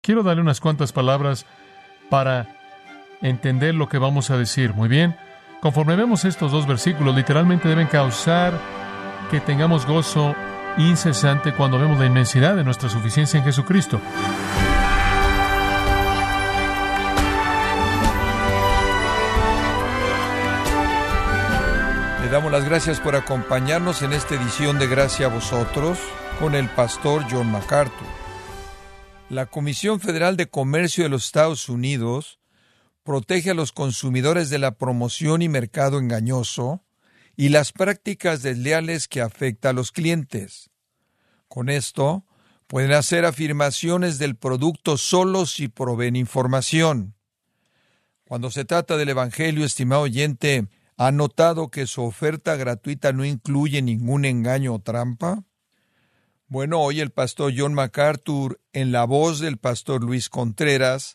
Quiero darle unas cuantas palabras para entender lo que vamos a decir. Muy bien. Conforme vemos estos dos versículos, literalmente deben causar que tengamos gozo incesante cuando vemos la inmensidad de nuestra suficiencia en Jesucristo. Le damos las gracias por acompañarnos en esta edición de Gracia a Vosotros con el pastor John MacArthur. La Comisión Federal de Comercio de los Estados Unidos protege a los consumidores de la promoción y mercado engañoso y las prácticas desleales que afectan a los clientes. Con esto, pueden hacer afirmaciones del producto solo si proveen información. Cuando se trata del Evangelio, estimado oyente, ¿ha notado que su oferta gratuita no incluye ningún engaño o trampa? Bueno, hoy el pastor John MacArthur, en la voz del pastor Luis Contreras,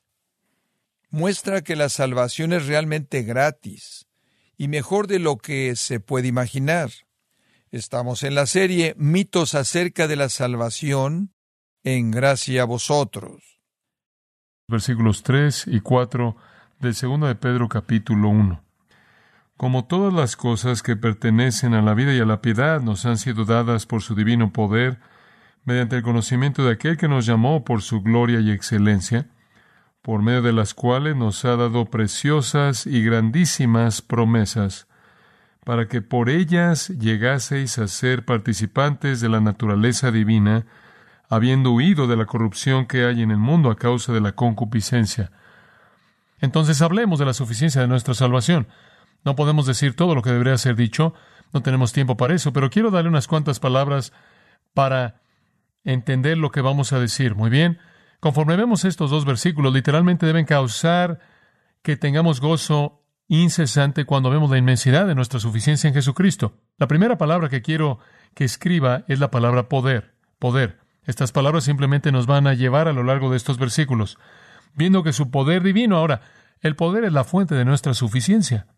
muestra que la salvación es realmente gratis y mejor de lo que se puede imaginar. Estamos en la serie Mitos acerca de la salvación en Gracia a Vosotros. Versículos 3 y 4 del 2 de Pedro capítulo 1. Como todas las cosas que pertenecen a la vida y a la piedad nos han sido dadas por su divino poder, mediante el conocimiento de aquel que nos llamó por su gloria y excelencia, por medio de las cuales nos ha dado preciosas y grandísimas promesas, para que por ellas llegaseis a ser participantes de la naturaleza divina, habiendo huido de la corrupción que hay en el mundo a causa de la concupiscencia. Entonces hablemos de la suficiencia de nuestra salvación. No podemos decir todo lo que debería ser dicho, no tenemos tiempo para eso, pero quiero darle unas cuantas palabras para entender lo que vamos a decir. Muy bien. Conforme vemos estos dos versículos, literalmente deben causar que tengamos gozo incesante cuando vemos la inmensidad de nuestra suficiencia en Jesucristo. La primera palabra que quiero que escriba es la palabra poder. Poder. Estas palabras simplemente nos van a llevar a lo largo de estos versículos, viendo que su poder divino. Ahora, el poder es la fuente de nuestra suficiencia.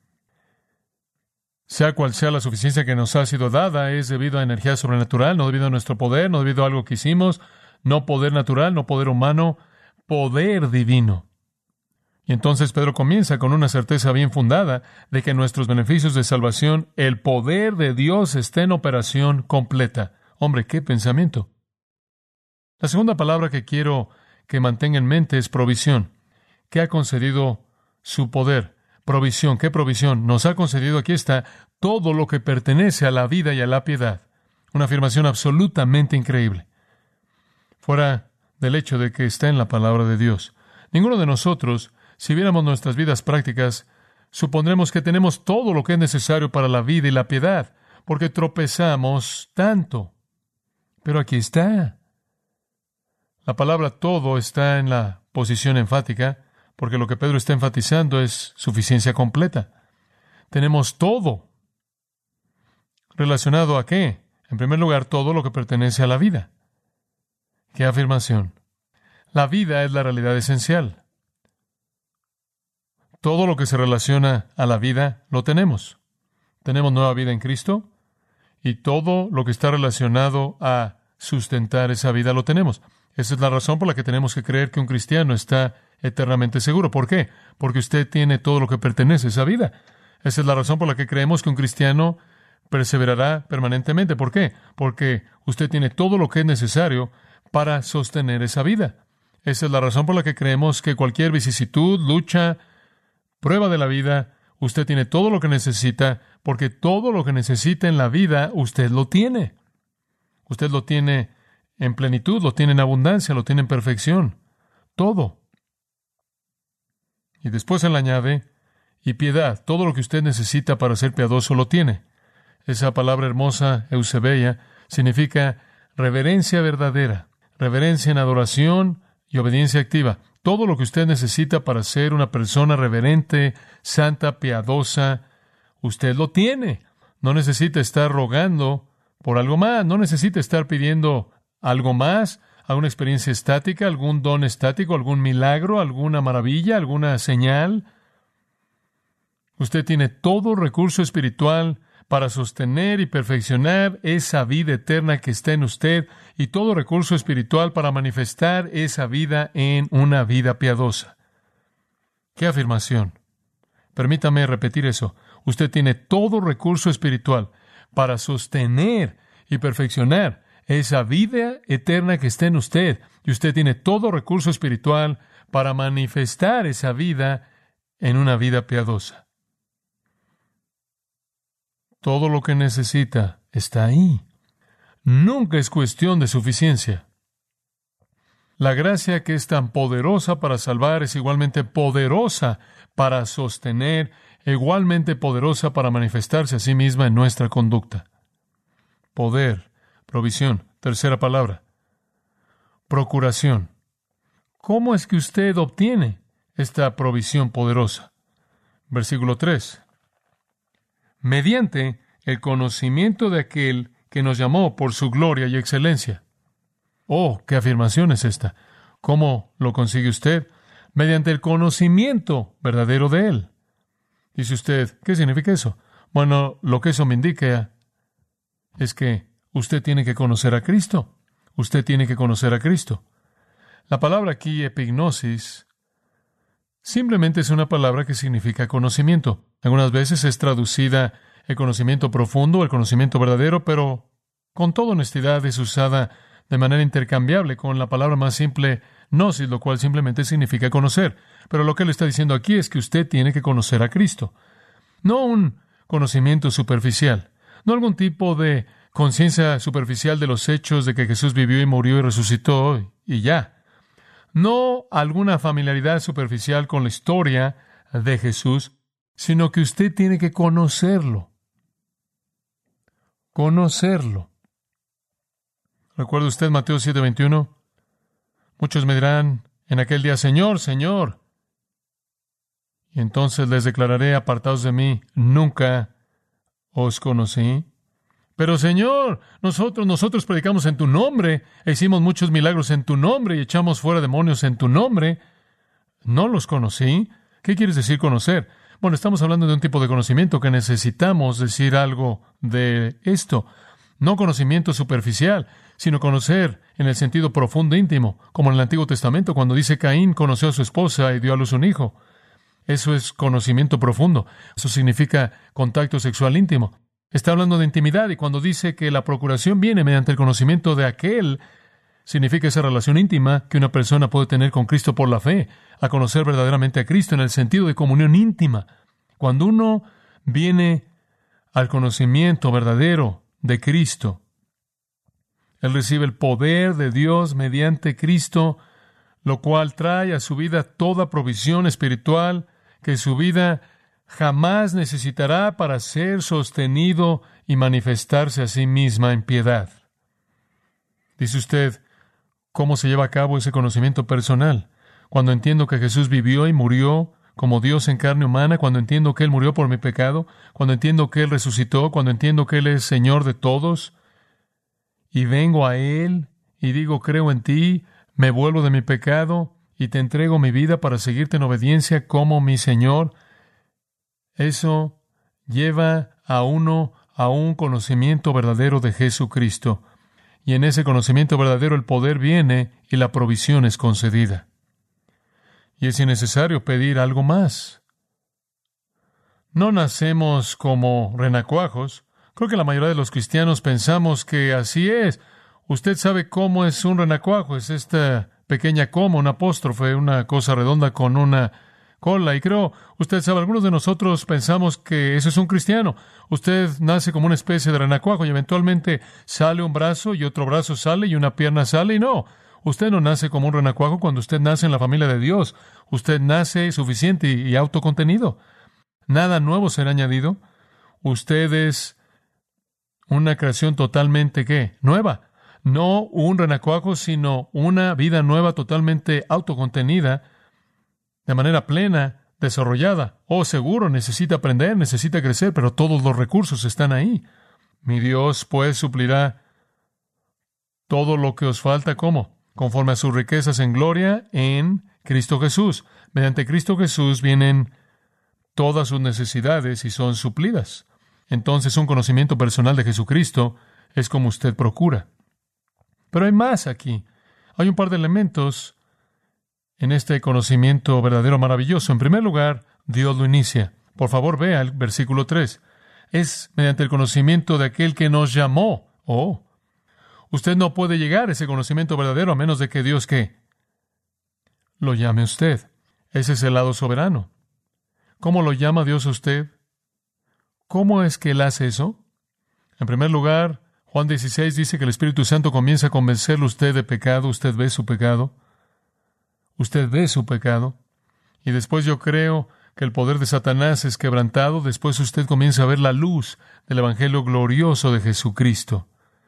Sea cual sea la suficiencia que nos ha sido dada, es debido a energía sobrenatural, no debido a nuestro poder, no debido a algo que hicimos, no poder natural, no poder humano, poder divino. Y entonces Pedro comienza con una certeza bien fundada de que nuestros beneficios de salvación, el poder de Dios está en operación completa. Hombre, qué pensamiento. La segunda palabra que quiero que mantenga en mente es provisión. ¿Qué ha concedido su poder? Provisión. ¿Qué provisión? Nos ha concedido, aquí está, todo lo que pertenece a la vida y a la piedad. Una afirmación absolutamente increíble. Fuera del hecho de que está en la palabra de Dios. Ninguno de nosotros, si viéramos nuestras vidas prácticas, supondremos que tenemos todo lo que es necesario para la vida y la piedad, porque tropezamos tanto. Pero aquí está. La palabra todo está en la posición enfática, porque lo que Pedro está enfatizando es suficiencia completa. Tenemos todo. ¿Relacionado a qué? En primer lugar, todo lo que pertenece a la vida. ¿Qué afirmación? La vida es la realidad esencial. Todo lo que se relaciona a la vida lo tenemos. Tenemos nueva vida en Cristo y todo lo que está relacionado a sustentar esa vida lo tenemos. Esa es la razón por la que tenemos que creer que un cristiano está eternamente seguro. ¿Por qué? Porque usted tiene todo lo que pertenece a esa vida. Esa es la razón por la que creemos que un cristiano perseverará permanentemente. ¿Por qué? Porque usted tiene todo lo que es necesario para sostener esa vida. Esa es la razón por la que creemos que cualquier vicisitud, lucha, prueba de la vida, usted tiene todo lo que necesita, porque todo lo que necesita en la vida, usted lo tiene. Usted lo tiene en plenitud, lo tiene en abundancia, lo tiene en perfección. Todo. Y después él añade, y piedad, todo lo que usted necesita para ser piadoso lo tiene. Esa palabra hermosa, eusebeia, significa reverencia verdadera, reverencia en adoración y obediencia activa. Todo lo que usted necesita para ser una persona reverente, santa, piadosa, usted lo tiene. No necesita estar rogando por algo más, no necesita estar pidiendo algo más, alguna experiencia estática, algún don estático, algún milagro, alguna maravilla, alguna señal. Usted tiene todo recurso espiritual para sostener y perfeccionar esa vida eterna que está en usted y todo recurso espiritual para manifestar esa vida en una vida piadosa. ¡Qué afirmación! Permítame repetir eso. Usted tiene todo recurso espiritual para sostener y perfeccionar esa vida eterna que está en usted. Y usted tiene todo recurso espiritual para manifestar esa vida en una vida piadosa. Todo lo que necesita está ahí. Nunca es cuestión de suficiencia. La gracia que es tan poderosa para salvar es igualmente poderosa para sostener, igualmente poderosa para manifestarse a sí misma en nuestra conducta. Poder, provisión, tercera palabra. Procuración. ¿Cómo es que usted obtiene esta provisión poderosa? Versículo 3. Mediante el conocimiento de aquel que nos llamó por su gloria y excelencia. Oh, ¿qué afirmación es esta? ¿Cómo lo consigue usted? Mediante el conocimiento verdadero de Él. Dice usted, ¿qué significa eso? Bueno, lo que eso me indica es que usted tiene que conocer a Cristo. Usted tiene que conocer a Cristo. La palabra aquí, epignosis, simplemente es una palabra que significa conocimiento. Algunas veces es traducida el conocimiento profundo, el conocimiento verdadero, pero con toda honestidad es usada de manera intercambiable con la palabra más simple, gnosis, lo cual simplemente significa conocer. Pero lo que él está diciendo aquí es que usted tiene que conocer a Cristo. No un conocimiento superficial, no algún tipo de conciencia superficial de los hechos de que Jesús vivió y murió y resucitó y ya. No alguna familiaridad superficial con la historia de Jesús, sino que usted tiene que conocerlo. Conocerlo. ¿Recuerda usted Mateo 7:21? Muchos me dirán en aquel día, Señor, Señor. Y entonces les declararé, apartados de mí, nunca os conocí. Pero Señor, nosotros predicamos en tu nombre, e hicimos muchos milagros en tu nombre y echamos fuera demonios en tu nombre. No los conocí. ¿Qué quieres decir conocer? Bueno, estamos hablando de un tipo de conocimiento que necesitamos decir algo de esto. No conocimiento superficial, sino conocer en el sentido profundo e íntimo, como en el Antiguo Testamento, cuando dice Caín conoció a su esposa y dio a luz un hijo. Eso es conocimiento profundo. Eso significa contacto sexual íntimo. Está hablando de intimidad, y cuando dice que la procuración viene mediante el conocimiento de aquel, significa esa relación íntima que una persona puede tener con Cristo por la fe, a conocer verdaderamente a Cristo en el sentido de comunión íntima. Cuando uno viene al conocimiento verdadero de Cristo, él recibe el poder de Dios mediante Cristo, lo cual trae a su vida toda provisión espiritual que su vida jamás necesitará para ser sostenido y manifestarse a sí misma en piedad. Dice usted, ¿cómo se lleva a cabo ese conocimiento personal? Cuando entiendo que Jesús vivió y murió como Dios en carne humana, cuando entiendo que Él murió por mi pecado, cuando entiendo que Él resucitó, cuando entiendo que Él es Señor de todos, y vengo a Él y digo, creo en ti, me vuelvo de mi pecado y te entrego mi vida para seguirte en obediencia como mi Señor. Eso lleva a uno a un conocimiento verdadero de Jesucristo. Y en ese conocimiento verdadero el poder viene y la provisión es concedida. Y es innecesario pedir algo más. No nacemos como renacuajos. Creo que la mayoría de los cristianos pensamos que así es. Usted sabe cómo es un renacuajo. Es esta pequeña coma, un apóstrofe, una cosa redonda con una cola. Y creo, usted sabe, algunos de nosotros pensamos que eso es un cristiano. Usted nace como una especie de renacuajo y eventualmente sale un brazo y otro brazo sale y una pierna sale. Y no, usted no nace como un renacuajo cuando usted nace en la familia de Dios. Usted nace suficiente y autocontenido. Nada nuevo será añadido. Usted es una creación totalmente, ¿qué? Nueva. No un renacuajo, sino una vida nueva totalmente autocontenida, de manera plena, desarrollada. Oh, seguro, necesita aprender, necesita crecer, pero todos los recursos están ahí. Mi Dios, pues, suplirá todo lo que os falta, ¿cómo? Conforme a sus riquezas en gloria en Cristo Jesús. Mediante Cristo Jesús vienen todas sus necesidades y son suplidas. entonces un conocimiento personal de Jesucristo es como usted procura. Pero hay más aquí. Hay un par de elementos en este conocimiento verdadero maravilloso. En primer lugar, Dios lo inicia. Por favor, vea el versículo 3. Es mediante el conocimiento de aquel que nos llamó. Oh, usted no puede llegar a ese conocimiento verdadero a menos de que Dios, ¿qué? Lo llame a usted. Ese es el lado soberano. ¿Cómo lo llama Dios a usted? ¿Cómo es que Él hace eso? En primer lugar, Juan 16 dice que el Espíritu Santo comienza a convencerle a usted de pecado. Usted ve su pecado. Usted ve su pecado. Y después yo creo que el poder de Satanás es quebrantado. Después usted comienza a ver la luz del Evangelio glorioso de Jesucristo.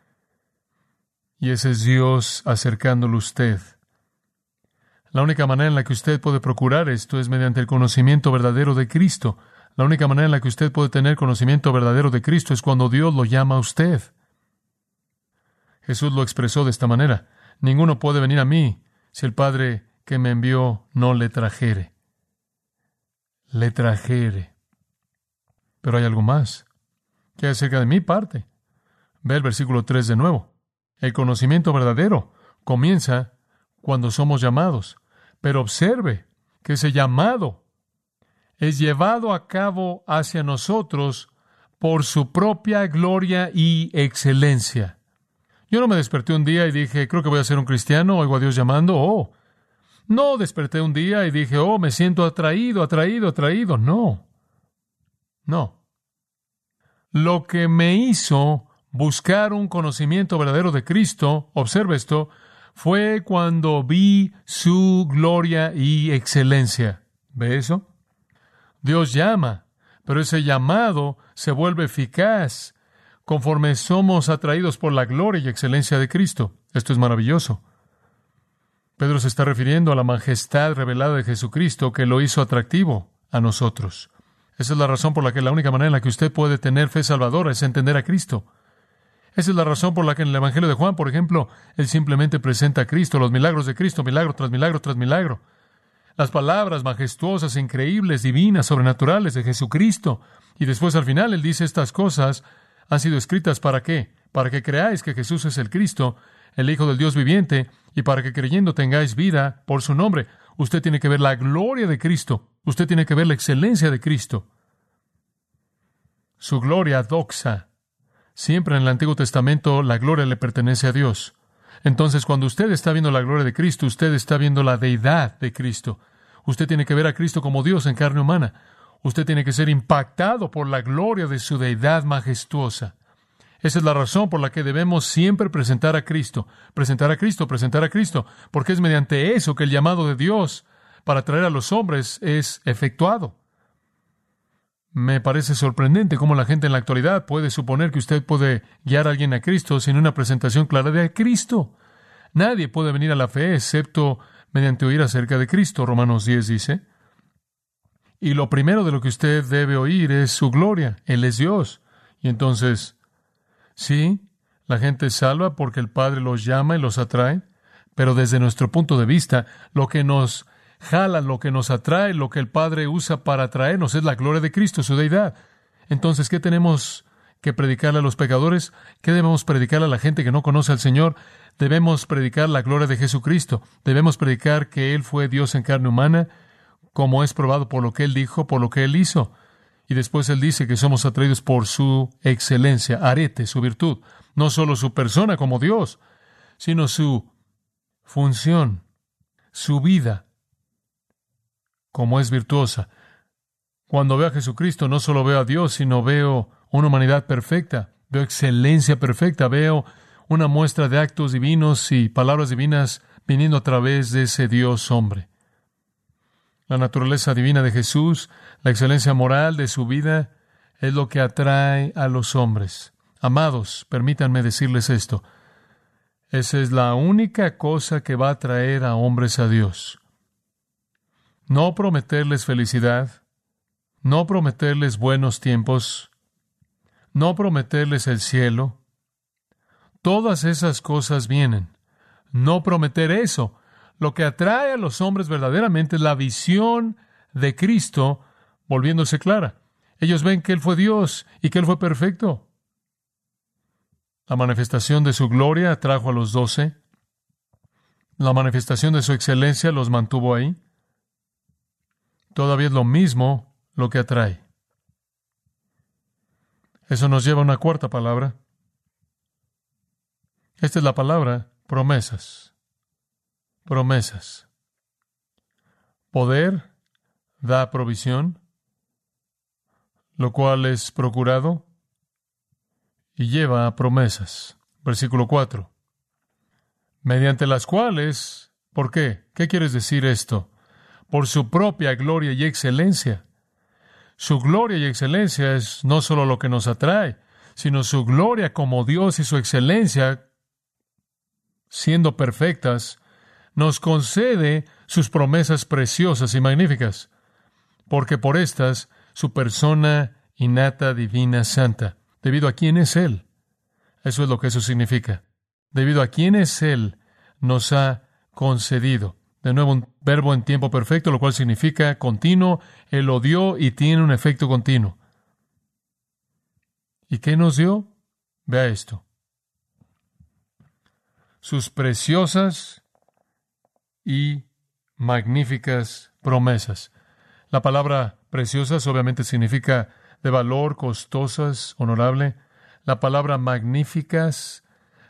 Y ese es Dios acercándolo a usted. La única manera en la que usted puede procurar esto es mediante el conocimiento verdadero de Cristo. La única manera en la que usted puede tener conocimiento verdadero de Cristo es cuando Dios lo llama a usted. Jesús lo expresó de esta manera: ninguno puede venir a mí si el Padre que me envió no le trajere. Le trajere. Pero hay algo más. ¿Qué hay acerca de mi parte? Ve el versículo 3 de nuevo. El conocimiento verdadero comienza cuando somos llamados. Pero observe que ese llamado es llevado a cabo hacia nosotros por su propia gloria y excelencia. Yo no me desperté un día y dije, creo que voy a ser un cristiano, oigo a Dios llamando. Oh, no desperté un día y dije, oh, me siento atraído. No. Lo que me hizo buscar un conocimiento verdadero de Cristo, observe esto, fue cuando vi su gloria y excelencia. ¿Ve eso? Dios llama, pero ese llamado se vuelve eficaz conforme somos atraídos por la gloria y excelencia de Cristo. Esto es maravilloso. Pedro se está refiriendo a la majestad revelada de Jesucristo que lo hizo atractivo a nosotros. Esa es la razón por la que la única manera en la que usted puede tener fe salvadora es entender a Cristo. Esa es la razón por la que en el Evangelio de Juan, por ejemplo, él simplemente presenta a Cristo, los milagros de Cristo, milagro tras milagro tras milagro. Las palabras majestuosas, increíbles, divinas, sobrenaturales de Jesucristo. Y después al final él dice, estas cosas han sido escritas ¿para qué? Para que creáis que Jesús es el Cristo, el Hijo del Dios viviente, y para que creyendo tengáis vida por su nombre. Usted tiene que ver la gloria de Cristo. Usted tiene que ver la excelencia de Cristo. Su gloria doxa. Siempre en el Antiguo Testamento la gloria le pertenece a Dios. Entonces, cuando usted está viendo la gloria de Cristo, usted está viendo la deidad de Cristo. Usted tiene que ver a Cristo como Dios en carne humana. Usted tiene que ser impactado por la gloria de su deidad majestuosa. Esa es la razón por la que debemos siempre presentar a Cristo, porque es mediante eso que el llamado de Dios para atraer a los hombres es efectuado. Me parece sorprendente cómo la gente en la actualidad puede suponer que usted puede guiar a alguien a Cristo sin una presentación clara de Cristo. Nadie puede venir a la fe excepto mediante oír acerca de Cristo, Romanos 10 dice. Y lo primero de lo que usted debe oír es su gloria. Él es Dios. Y entonces, sí, la gente es salva porque el Padre los llama y los atrae, pero desde nuestro punto de vista, lo que nos jala, lo que nos atrae, lo que el Padre usa para atraernos es la gloria de Cristo, su deidad. Entonces, ¿qué tenemos que predicarle a los pecadores? ¿Qué debemos predicarle a la gente que no conoce al Señor? Debemos predicar la gloria de Jesucristo. Debemos predicar que Él fue Dios en carne humana, como es probado por lo que Él dijo, por lo que Él hizo. Y después Él dice que somos atraídos por su excelencia, arete, su virtud. No solo su persona como Dios, sino su función, su vida, como es virtuosa. Cuando veo a Jesucristo, no solo veo a Dios, sino veo una humanidad perfecta, veo excelencia perfecta, veo una muestra de actos divinos y palabras divinas viniendo a través de ese Dios hombre. La naturaleza divina de Jesús, la excelencia moral de su vida, es lo que atrae a los hombres. Amados, permítanme decirles esto. Esa es la única cosa que va a atraer a hombres a Dios. No prometerles felicidad, no prometerles buenos tiempos, no prometerles el cielo. Todas esas cosas vienen. No prometer eso. Lo que atrae a los hombres verdaderamente es la visión de Cristo volviéndose clara. Ellos ven que Él fue Dios y que Él fue perfecto. La manifestación de su gloria atrajo a los 12. La manifestación de su excelencia los mantuvo ahí. Todavía es lo mismo lo que atrae. Eso nos lleva a una cuarta palabra. Esta es la palabra promesas. Promesas. Poder da provisión, lo cual es procurado y lleva a promesas. Versículo 4. Mediante las cuales, ¿por qué? ¿Qué quieres decir esto? Por su propia gloria y excelencia. Su gloria y excelencia es no solo lo que nos atrae, sino su gloria como Dios y su excelencia, siendo perfectas, nos concede sus promesas preciosas y magníficas, porque por estas, su persona innata, divina, santa, debido a quién es Él. Eso es lo que eso significa. Debido a quién es Él, nos ha concedido. De nuevo, un verbo en tiempo perfecto, lo cual significa continuo. Él lo dio y tiene un efecto continuo. ¿Y qué nos dio? Vea esto. Sus preciosas y magníficas promesas. La palabra preciosas obviamente significa de valor, costosas, honorable. La palabra magníficas,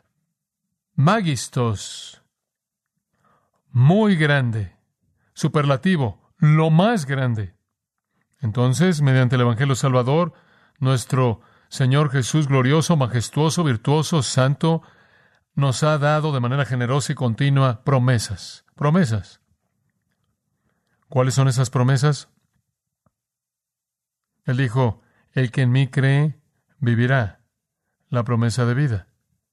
magistos, muy grande, superlativo, lo más grande. Entonces, mediante el Evangelio Salvador, nuestro Señor Jesús glorioso, majestuoso, virtuoso, santo, nos ha dado de manera generosa y continua promesas. Promesas. ¿Cuáles son esas promesas? Él dijo, el que en mí cree, vivirá. La promesa de vida.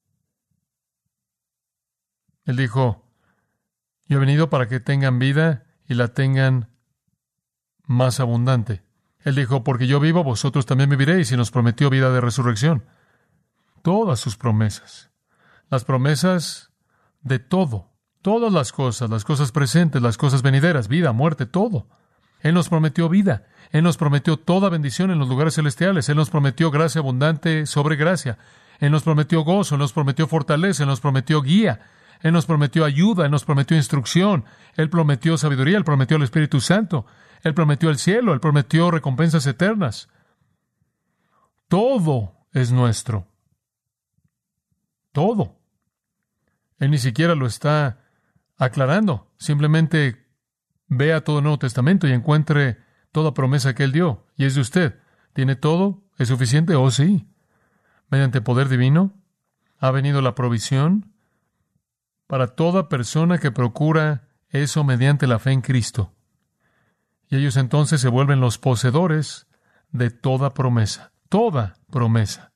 Él dijo, yo he venido para que tengan vida y la tengan más abundante. Él dijo, porque yo vivo, vosotros también viviréis, y nos prometió vida de resurrección. Todas sus promesas. Las promesas de todo. Todas las cosas presentes, las cosas venideras, vida, muerte, todo. Él nos prometió vida. Él nos prometió toda bendición en los lugares celestiales. Él nos prometió gracia abundante sobre gracia. Él nos prometió gozo. Él nos prometió fortaleza. Él nos prometió guía. Él nos prometió ayuda. Él nos prometió instrucción. Él prometió sabiduría. Él prometió el Espíritu Santo. Él prometió el cielo. Él prometió recompensas eternas. Todo es nuestro. Todo. Él ni siquiera lo está aclarando. Simplemente vea todo el Nuevo Testamento y encuentre toda promesa que Él dio. Y es de usted. ¿Tiene todo? ¿Es suficiente? Oh, sí. Mediante poder divino ha venido la provisión para toda persona que procura eso mediante la fe en Cristo. Y ellos entonces se vuelven los poseedores de toda promesa. Toda promesa.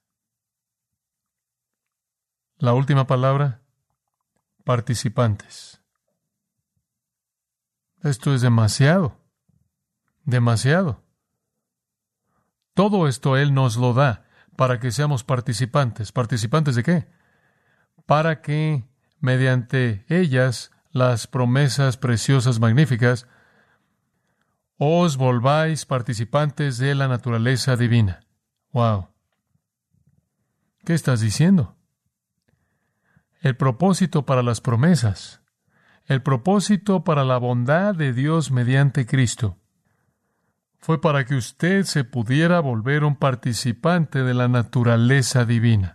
La última palabra, participantes. Esto es demasiado. Demasiado. Todo esto Él nos lo da para que seamos participantes. ¿Participantes de qué? Para que mediante ellas, las promesas preciosas, magníficas, os volváis participantes de la naturaleza divina. ¡Wow! ¿Qué estás diciendo? El propósito para las promesas, el propósito para la bondad de Dios mediante Cristo, fue para que usted se pudiera volver un participante de la naturaleza divina.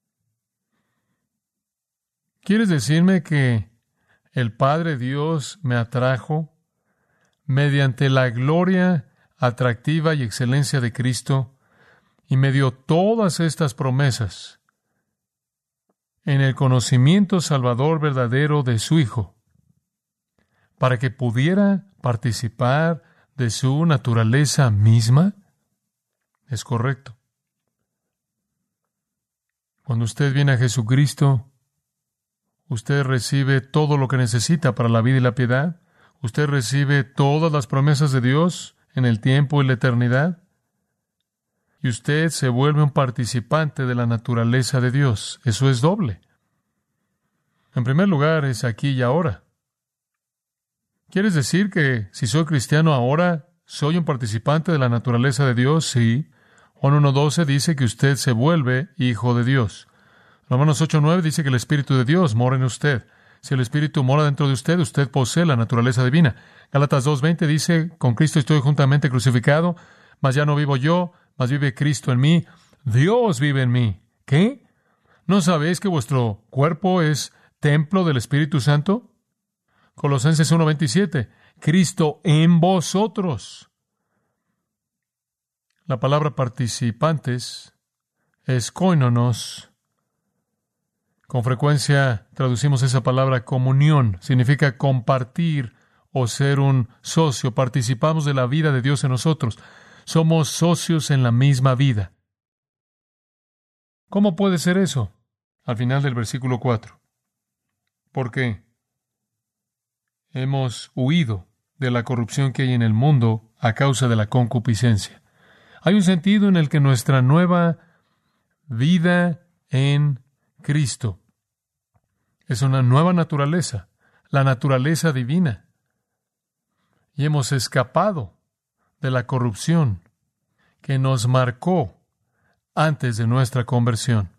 ¿Quieres decirme que el Padre Dios me atrajo mediante la gloria atractiva y excelencia de Cristo y me dio todas estas promesas en el conocimiento salvador verdadero de su Hijo, para que pudiera participar de su naturaleza misma? Es correcto. Cuando usted viene a Jesucristo, usted recibe todo lo que necesita para la vida y la piedad. Usted recibe todas las promesas de Dios en el tiempo y la eternidad. Y usted se vuelve un participante de la naturaleza de Dios. Eso es doble. En primer lugar, es aquí y ahora. ¿Quieres decir que si soy cristiano ahora, ¿Soy un participante de la naturaleza de Dios? Sí. Juan 1:12 dice que usted se vuelve hijo de Dios. Romanos 8:9 dice que el Espíritu de Dios mora en usted. Si el Espíritu mora dentro de usted, usted posee la naturaleza divina. Gálatas 2:20 dice, con Cristo estoy juntamente crucificado, mas ya no vivo yo, mas vive Cristo en mí. Dios vive en mí. ¿Qué? ¿No sabéis que vuestro cuerpo es templo del Espíritu Santo? Colosenses 1:27, Cristo en vosotros. La palabra participantes es koinonos. Con frecuencia traducimos esa palabra comunión. Significa compartir o ser un socio. Participamos de la vida de Dios en nosotros. Somos socios en la misma vida. ¿Cómo puede ser eso? Al final del versículo 4. Porque hemos huido de la corrupción que hay en el mundo a causa de la concupiscencia. Hay un sentido en el que nuestra nueva vida en Cristo es una nueva naturaleza, la naturaleza divina. Y hemos escapado de la corrupción que nos marcó antes de nuestra conversión.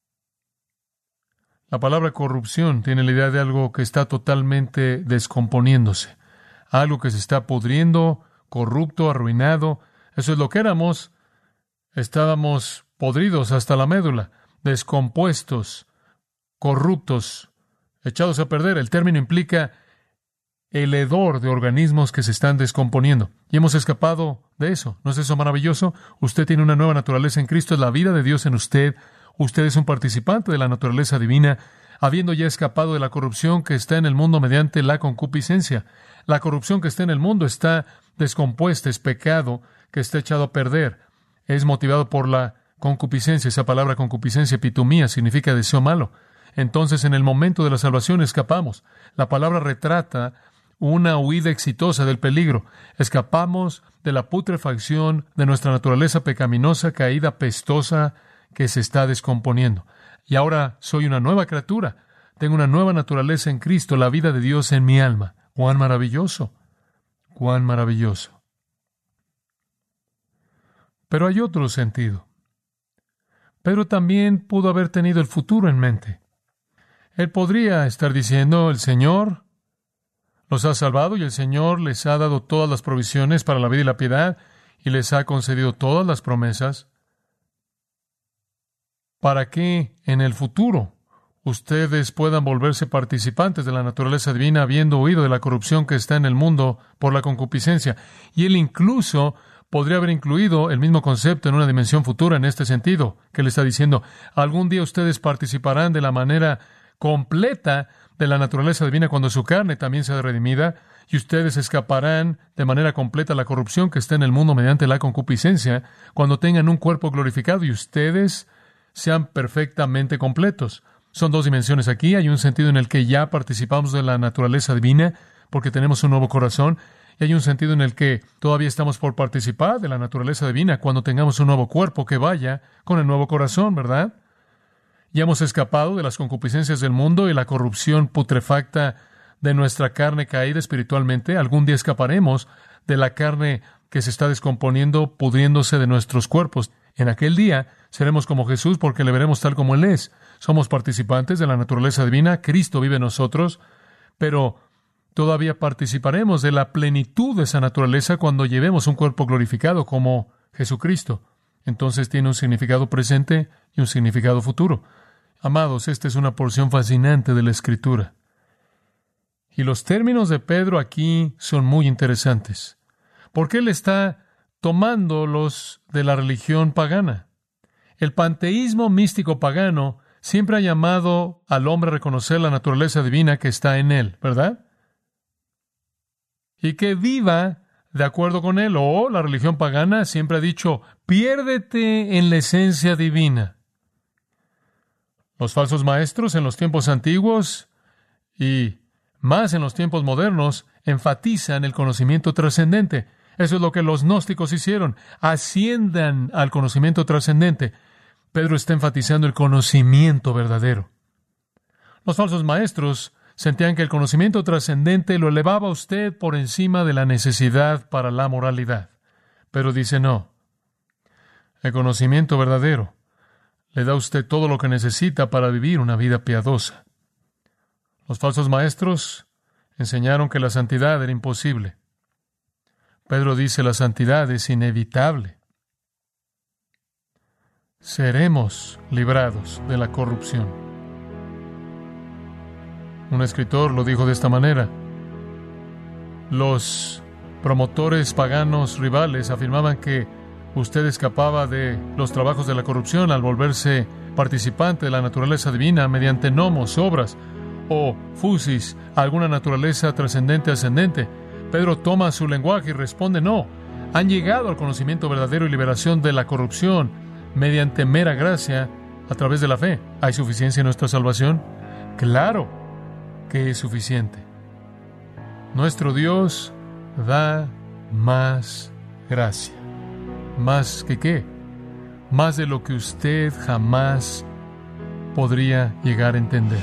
La palabra corrupción tiene la idea de algo que está totalmente descomponiéndose, algo que se está pudriendo, corrupto, arruinado. Eso es lo que éramos. Estábamos podridos hasta la médula, descompuestos, corruptos, echados a perder. El término implica el hedor de organismos que se están descomponiendo. Y hemos escapado de eso. ¿No es eso maravilloso? Usted tiene una nueva naturaleza en Cristo, es la vida de Dios en usted. Usted es un participante de la naturaleza divina, habiendo ya escapado de la corrupción que está en el mundo mediante la concupiscencia. La corrupción que está en el mundo está descompuesta, es pecado que está echado a perder. Es motivado por la concupiscencia. Esa palabra concupiscencia, epitomía, significa deseo malo. Entonces, en el momento de la salvación escapamos. La palabra retrata una huida exitosa del peligro. Escapamos de la putrefacción de nuestra naturaleza pecaminosa, caída, pestosa, que se está descomponiendo. Y ahora soy una nueva criatura. Tengo una nueva naturaleza en Cristo, la vida de Dios en mi alma. ¡Cuán maravilloso! ¡Cuán maravilloso! Pero hay otro sentido. Pedro también pudo haber tenido el futuro en mente. Él podría estar diciendo, el Señor los ha salvado y el Señor les ha dado todas las provisiones para la vida y la piedad y les ha concedido todas las promesas para que en el futuro ustedes puedan volverse participantes de la naturaleza divina habiendo huido de la corrupción que está en el mundo por la concupiscencia. Y él incluso podría haber incluido el mismo concepto en una dimensión futura en este sentido, que le está diciendo, algún día ustedes participarán de la manera completa de la naturaleza divina cuando su carne también sea redimida, y ustedes escaparán de manera completa a la corrupción que está en el mundo mediante la concupiscencia cuando tengan un cuerpo glorificado y ustedes sean perfectamente completos. Son dos dimensiones aquí. Hay un sentido en el que ya participamos de la naturaleza divina porque tenemos un nuevo corazón, y hay un sentido en el que todavía estamos por participar de la naturaleza divina cuando tengamos un nuevo cuerpo que vaya con el nuevo corazón, ¿verdad? Ya hemos escapado de las concupiscencias del mundo y la corrupción putrefacta de nuestra carne caída espiritualmente. Algún día escaparemos de la carne que se está descomponiendo, pudriéndose de nuestros cuerpos. En aquel día seremos como Jesús porque le veremos tal como Él es. Somos participantes de la naturaleza divina. Cristo vive en nosotros, pero todavía participaremos de la plenitud de esa naturaleza cuando llevemos un cuerpo glorificado como Jesucristo. Entonces tiene un significado presente y un significado futuro. Amados, esta es una porción fascinante de la Escritura. Y los términos de Pedro aquí son muy interesantes, porque él está tomando los de la religión pagana. El panteísmo místico pagano siempre ha llamado al hombre a reconocer la naturaleza divina que está en él, ¿verdad? Y que viva de acuerdo con él. O la religión pagana siempre ha dicho, piérdete en la esencia divina. Los falsos maestros en los tiempos antiguos y más en los tiempos modernos enfatizan el conocimiento trascendente. Eso es lo que los gnósticos hicieron. Asciendan al conocimiento trascendente. Pedro está enfatizando el conocimiento verdadero. Los falsos maestros Sentían que el conocimiento trascendente lo elevaba a usted por encima de la necesidad para la moralidad. Pero dice no. El conocimiento verdadero le da a usted todo lo que necesita para vivir una vida piadosa. Los falsos maestros enseñaron que la santidad era imposible. Pedro dice la santidad es inevitable. Seremos librados de la corrupción. Un escritor lo dijo de esta manera: los promotores paganos rivales afirmaban que usted escapaba de los trabajos de la corrupción al volverse participante de la naturaleza divina mediante nomos, obras o fusis, alguna naturaleza trascendente ascendente. Pedro toma su lenguaje y responde no. Han llegado al conocimiento verdadero y liberación de la corrupción mediante mera gracia a través de la fe. ¿Hay suficiencia en nuestra salvación? Claro que es suficiente. Nuestro Dios da más gracia. ¿Más que qué? Más de lo que usted jamás podría llegar a entender.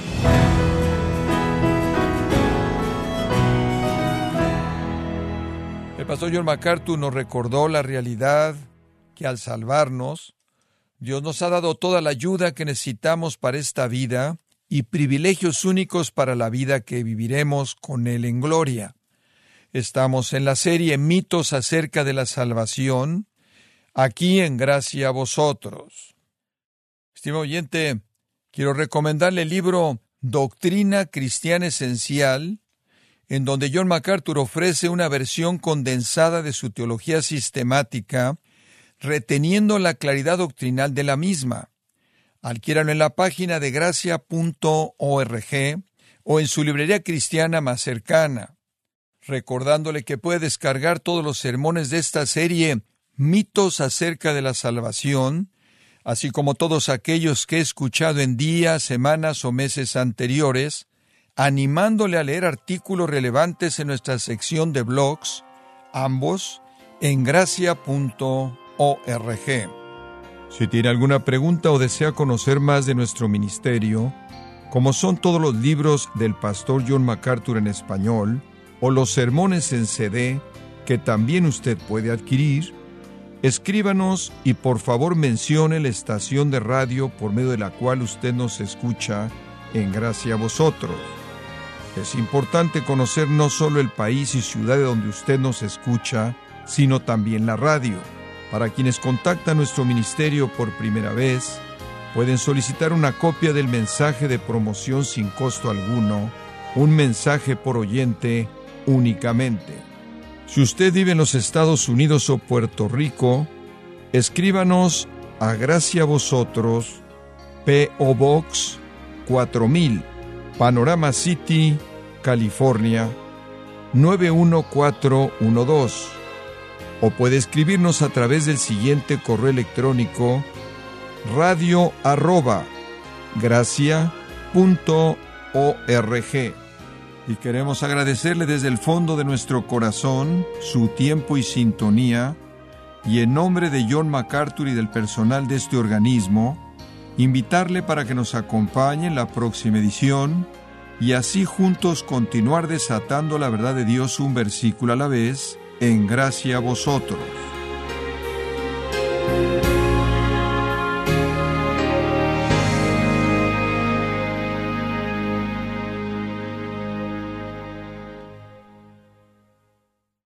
El pastor John MacArthur nos recordó la realidad que al salvarnos, Dios nos ha dado toda la ayuda que necesitamos para esta vida y privilegios únicos para la vida que viviremos con Él en gloria. Estamos en la serie Mitos acerca de la salvación, aquí en Gracia a Vosotros. Estimado oyente, quiero recomendarle el libro Doctrina Cristiana Esencial, en donde John MacArthur ofrece una versión condensada de su teología sistemática, reteniendo la claridad doctrinal de la misma. Adquiéralo en la página de gracia.org o en su librería cristiana más cercana. Recordándole que puede descargar todos los sermones de esta serie Mitos acerca de la salvación, así como todos aquellos que he escuchado en días, semanas o meses anteriores, animándole a leer artículos relevantes en nuestra sección de blogs, ambos en gracia.org. Si tiene alguna pregunta o desea conocer más de nuestro ministerio, como son todos los libros del pastor John MacArthur en español, o los sermones en CD, que también usted puede adquirir, escríbanos y por favor mencione la estación de radio por medio de la cual usted nos escucha en Gracia a Vosotros. Es importante conocer no solo el país y ciudad de donde usted nos escucha, sino también la radio. Para quienes contactan nuestro ministerio por primera vez, pueden solicitar una copia del mensaje de promoción sin costo alguno, un mensaje por oyente únicamente. Si usted vive en los Estados Unidos o Puerto Rico, escríbanos a Gracia a Vosotros, P.O. Box 4000, Panorama City, California, 91412. O puede escribirnos a través del siguiente correo electrónico: radio@gracia.org. Y queremos agradecerle desde el fondo de nuestro corazón su tiempo y sintonía, y en nombre de John MacArthur y del personal de este organismo, invitarle para que nos acompañe en la próxima edición y así juntos continuar desatando la verdad de Dios un versículo a la vez en Gracia a Vosotros.